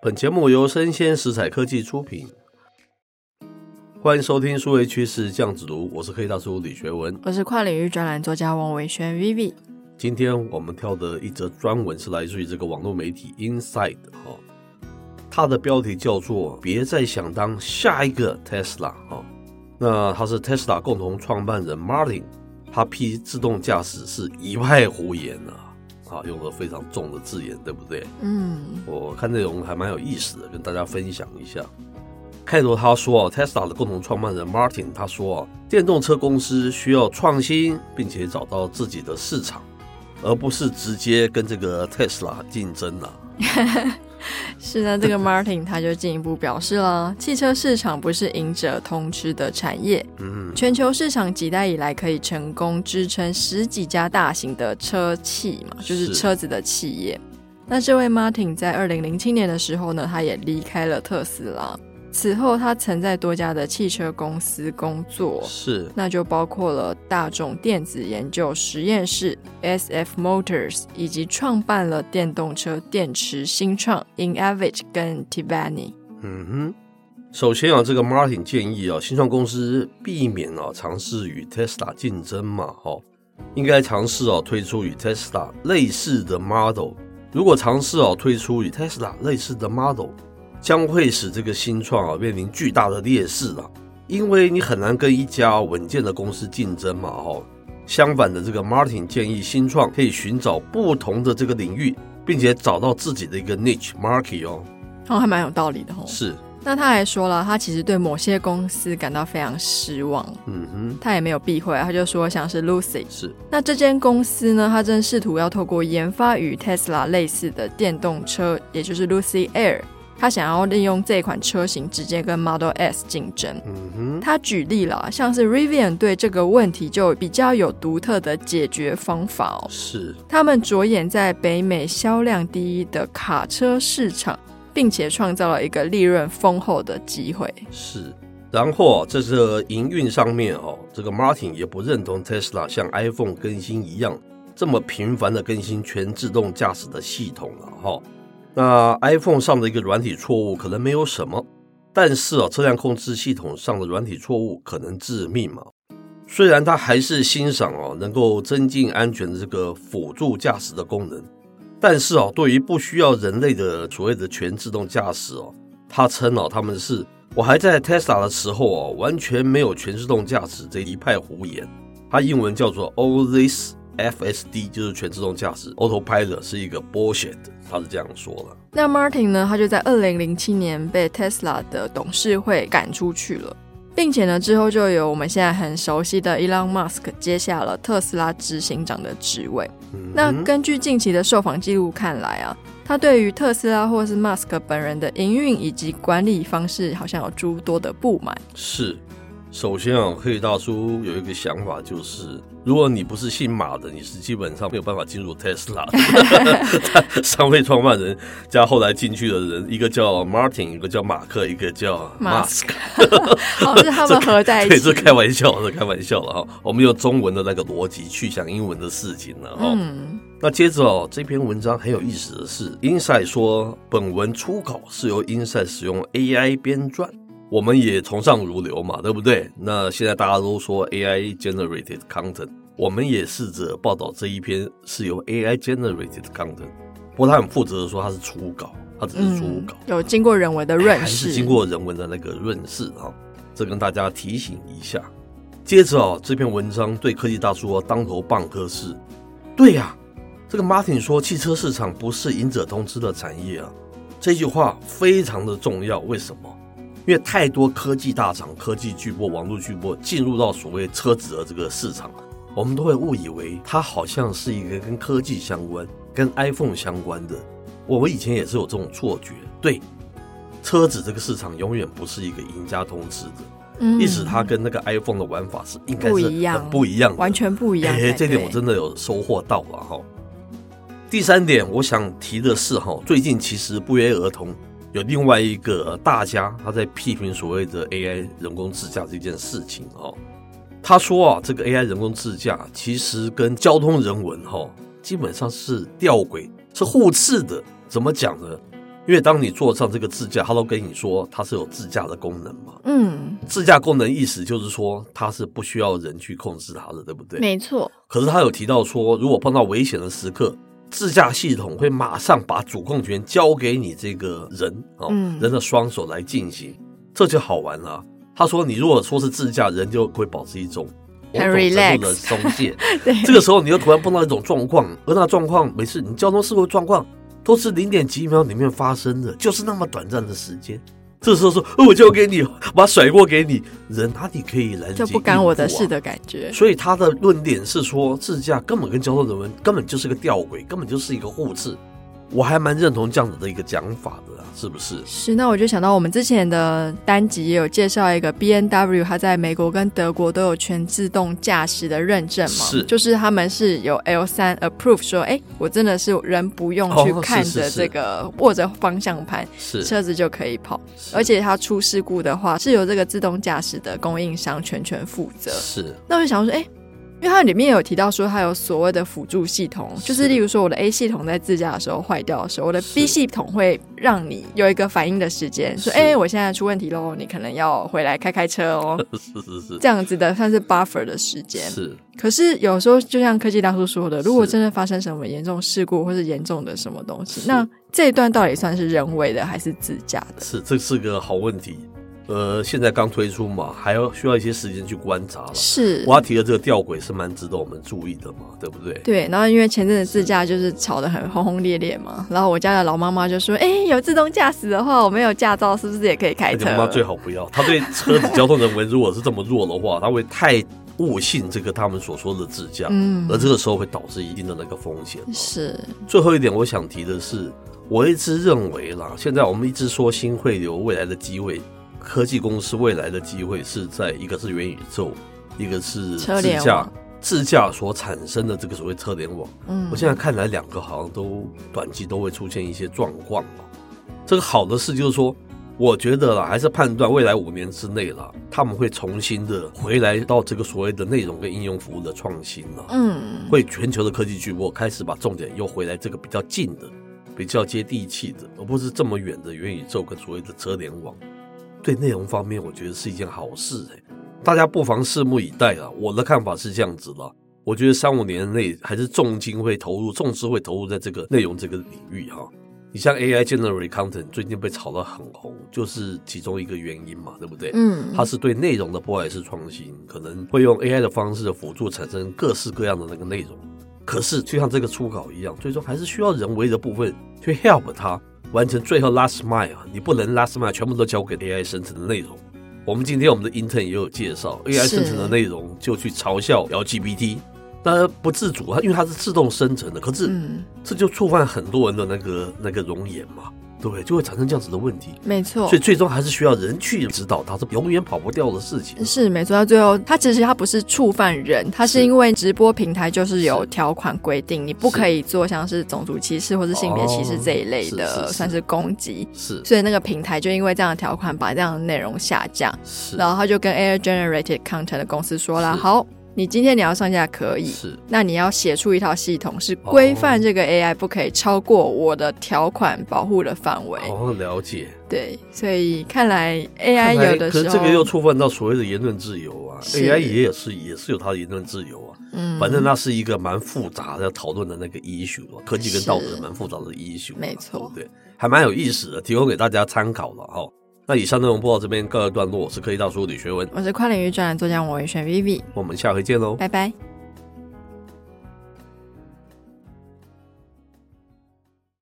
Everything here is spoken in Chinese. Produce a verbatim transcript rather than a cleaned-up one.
本节目由生鲜食材科技出品，欢迎收听数位趋势酱子读，我是科技大叔李学文， 我是跨领域专栏作家王维轩 Vivi。 今天我们挑的一则专文是来自于这个网络媒体 Inside、哦、它的标题叫做别再想当下一个 Tesla、哦、那他是 Tesla 共同创办人 Martin， 他批自动驾驶是一派胡言啊啊，用了非常重的字眼，对不对？ 嗯， 我看内容还蛮有意思的，跟大家分享一下。开头他说 Tesla 的共同创办人 Martin 他说电动车公司需要创新，并且找到自己的市场，而不是直接跟这个 Tesla 竞争啊。 是的，这个 Martin 他就进一步表示了，汽车市场不是赢者通吃的产业，嗯，全球市场几代以来可以成功支撑十几家大型的车企嘛，就是车子的企业。那这位 Martin 在二零零七年的时候呢，他也离开了特斯拉。此后他曾在多家的汽车公司工作， 是，那就包括了大众电子研究实验室 S F Motors， 以及创办了电动车电池新创 Inavage 跟 Tibani。 嗯哼，首先啊，这个 Martin 建议啊，新创公司避免啊尝试与 Tesla 竞争嘛，哦，应该尝试啊推出与 Tesla 类似的 model。如果尝试啊推出与 Tesla 类似的 model，将会使这个新创啊面临巨大的劣势啊，因为你很难跟一家稳健的公司竞争嘛，哦。相反的，这个 Martin 建议新创可以寻找不同的这个领域，并且找到自己的一个 niche market 哦。 哦，还蛮有道理的哦。 是。 那他还说了，他其实对某些公司感到非常失望。嗯哼，他也没有避讳，他就说像是 Lucid。 是。 那这间公司呢，他正试图要透过研发与 Tesla 类似的电动车，也就是 Lucid Air。他想要利用这款车型直接跟 Model S 竞争。嗯哼，他举例了，像是 Rivian 对这个问题就比较有独特的解决方法哦。 是， 他们着眼在北美销量第一的卡车市场，并且创造了一个利润丰厚的机会。 是，然后这个营运上面哦，这个 Martin 也不认同 Tesla 像 iPhone 更新一样这么频繁的更新全自动驾驶的系统了哈。那 iPhone 上的一个软体错误可能没有什么，但是啊，车辆控制系统上的软体错误可能致命嘛。虽然他还是欣赏哦能够增进安全的这个辅助驾驶的功能，但是啊，对于不需要人类的所谓的全自动驾驶哦，他称哦他们是我还在 Tesla 的时候哦完全没有全自动驾驶这一派胡言。他英文叫做 All this F S D， 就是全自动驾驶 Autopilot 是一个 bullshit， 他是这样说的。 那 Martin 呢，他就在二零零七年被 Tesla 的董事会赶出去了，并且呢之后就由我们现在很熟悉的 Elon Musk 接下了特斯拉执行长的职位。嗯、那根据近期的受访记录看来啊，他对于特斯拉或是 Musk 本人的营运以及管理方式好像有诸多的不满。 是，首先啊，科技大叔有一个想法，就是如果你不是姓马的，你是基本上没有办法进入 Tesla 的。三位创办人加后来进去的人，一个叫 Martin， 一个叫马克，一个叫 Musk。 哦，是他们合在一起。 对，这开玩笑，这开玩笑了哈。我们用中文的那个逻辑去想英文的事情了哈。嗯。那接着哦，这篇文章很有意思的是 ，Inside 说本文初稿是由 Inside 使用 A I 编撰。我们也崇尚如流嘛，对不对？那现在大家都说 A I generated content， 我们也试着报道这一篇是由 A I generated content， 不过他很负责的说他是初稿，他只是初稿， 嗯、有经过人为的润饰， 还是经过人文的那个润饰啊，这跟大家提醒一下。接着啊，这篇文章对科技大叔啊当头棒喝是，对呀、啊，这个 Martin 说汽车市场不是赢者通吃的产业啊，这句话非常的重要，为什么？因为太多科技大厂、科技巨擘、网络巨擘进入到所谓车子的这个市场，我们都会误以为它好像是一个跟科技相关、跟 iPhone 相关的。我们以前也是有这种错觉，对，车子这个市场永远不是一个赢家通吃的，嗯，意思它跟那个 iPhone 的玩法是应该是很不一样，不一样， 完全不一样。 欸、这点我真的有收获到了哈。第三点，我想提的是哈，最近其实不约而同。有另外一个大家他在批评所谓的 A I 人工智驾这件事情哦，他说啊，这个 A I 人工智驾其实跟交通人文哈、哦、基本上是吊诡，是互斥的。怎么讲呢？ 因为当你坐上这个自驾，它都跟你说它是有自驾的功能嘛。 嗯， 自驾功能意思就是说它是不需要人去控制它的，对不对？ 没错。 可是他有提到说，如果碰到危险的时刻，自驾系统会马上把主控权交给你这个人、哦嗯、人的双手来进行，这就好玩了。他说你如果说是自驾，人就会保持一种很 relax 的松懈这个时候你又突然碰到一种状况，而那状况每次你交通事故状况都是零点几秒里面发生的，就是那么短暂的时间，这时候说、哦、我交给你，把它甩过给你，人哪里可以来得及、啊、 就不干我的事的感觉。 所以他的论点是说，自驾根本跟交通人文根本就是个吊诡，根本就是一个互斥。我还蛮认同这样子的一个讲法的、啊、是不是？ 是。那我就想到我们之前的单集也有介绍一个 B M W， 它在美国跟德国都有全自动驾驶的认证嘛， 是， 就是他们是有 L 三 approve 说，哎，我真的是人不用去看着这个、哦、握着方向盘，是车子就可以跑，而且它出事故的话是由这个自动驾驶的供应商全权负责。 是。 那我就想说，哎。因为它里面有提到说它有所谓的辅助系统，就是例如说我的 A 系统在自驾的时候坏掉的时候，我的 B 系统会让你有一个反应的时间，说哎、欸，我现在出问题咯，你可能要回来开开车哦是是是，这样子的算是 buffer 的时间。是。可是有时候就像科技大叔说的，如果真的发生什么严重事故或是严重的什么东西，那这一段到底算是人为的还是自驾的？是， 这是个好问题。呃，现在刚推出嘛，还要需要一些时间去观察了。是，我要提的这个吊轨是蛮值得我们注意的嘛，对不对？ 对，然后因为前阵子自驾就是吵得很轰轰烈烈嘛，然后我家的老妈妈就说：“哎、欸，有自动驾驶的话，我没有驾照，是不是也可以开车？” 妈妈最好不要，她对车子交通人文如果是这么弱的话，她会太误信这个他们所说的自驾，嗯，而这个时候会导致一定的那个风险、哦。是。最后一点，我想提的是，我一直认为啦，现在我们一直说新汇流未来的机会。科技公司未来的机会是在一个是元宇宙，一个是自驾，自驾所产生的这个所谓车联网。嗯，我现在看来两个好像都短期都会出现一些状况。这个好的事就是说，我觉得啦，还是判断未来五年之内啦，他们会重新的回来到这个所谓的内容跟应用服务的创新啦。嗯，会全球的科技巨擘开始把重点又回来这个比较近的、比较接地气的，而不是这么远的元宇宙跟所谓的车联网。对内容方面我觉得是一件好事、欸、大家不妨拭目以待啦。我的看法是这样子啦，我觉得三五年内还是重金会投入，重视会投入在这个内容这个领域哈。你像 A I Generate Content 最近被炒得很红，就是其中一个原因嘛，对不对？嗯，它是对内容的波海式创新，可能会用 A I 的方式的辅助产生各式各样的那个内容。可是就像这个初稿一样，最终还是需要人为的部分去 help 它完成最后 last mile， 你不能 last mile 全部都交给 A I 生成的内容。我们今天我们的 intern 也有介绍 A I 生成的内容就去嘲笑 L G B T， 当然不自主，因为它是自动生成的，可是这就触犯很多人的那个那个容颜嘛，对，就会产生这样子的问题。没错，所以最终还是需要人去指导它，是永远跑不掉的事情。是没错，到最后它其实它不是触犯人，它是因为直播平台就是有条款规定，你不可以做像是种族歧视或是性别歧视这一类的、哦、是是是算是攻击。是，所以那个平台就因为这样的条款把这样的内容下架，然后他就跟 A I Generated Content 的公司说啦，好，你今天你要上架可以，是，那你要写出一套系统是规范这个 A I 不可以超过我的条款保护的范围。哦，了解。对，所以看来 A I 有的时候，可是这个又触犯到所谓的言论自由啊 ，A I 也是也是有它的言论自由啊。嗯，反正那是一个蛮复杂的讨论的那个 issue， 科技跟道德蛮复杂的 issue， 没错，对，还蛮有意思的，提供给大家参考了哈。那以上内容播到这边告一段落，我是科技大叔李学文，我是跨领域专栏作家王维轩 Vivi， 我们下回见喽，拜拜。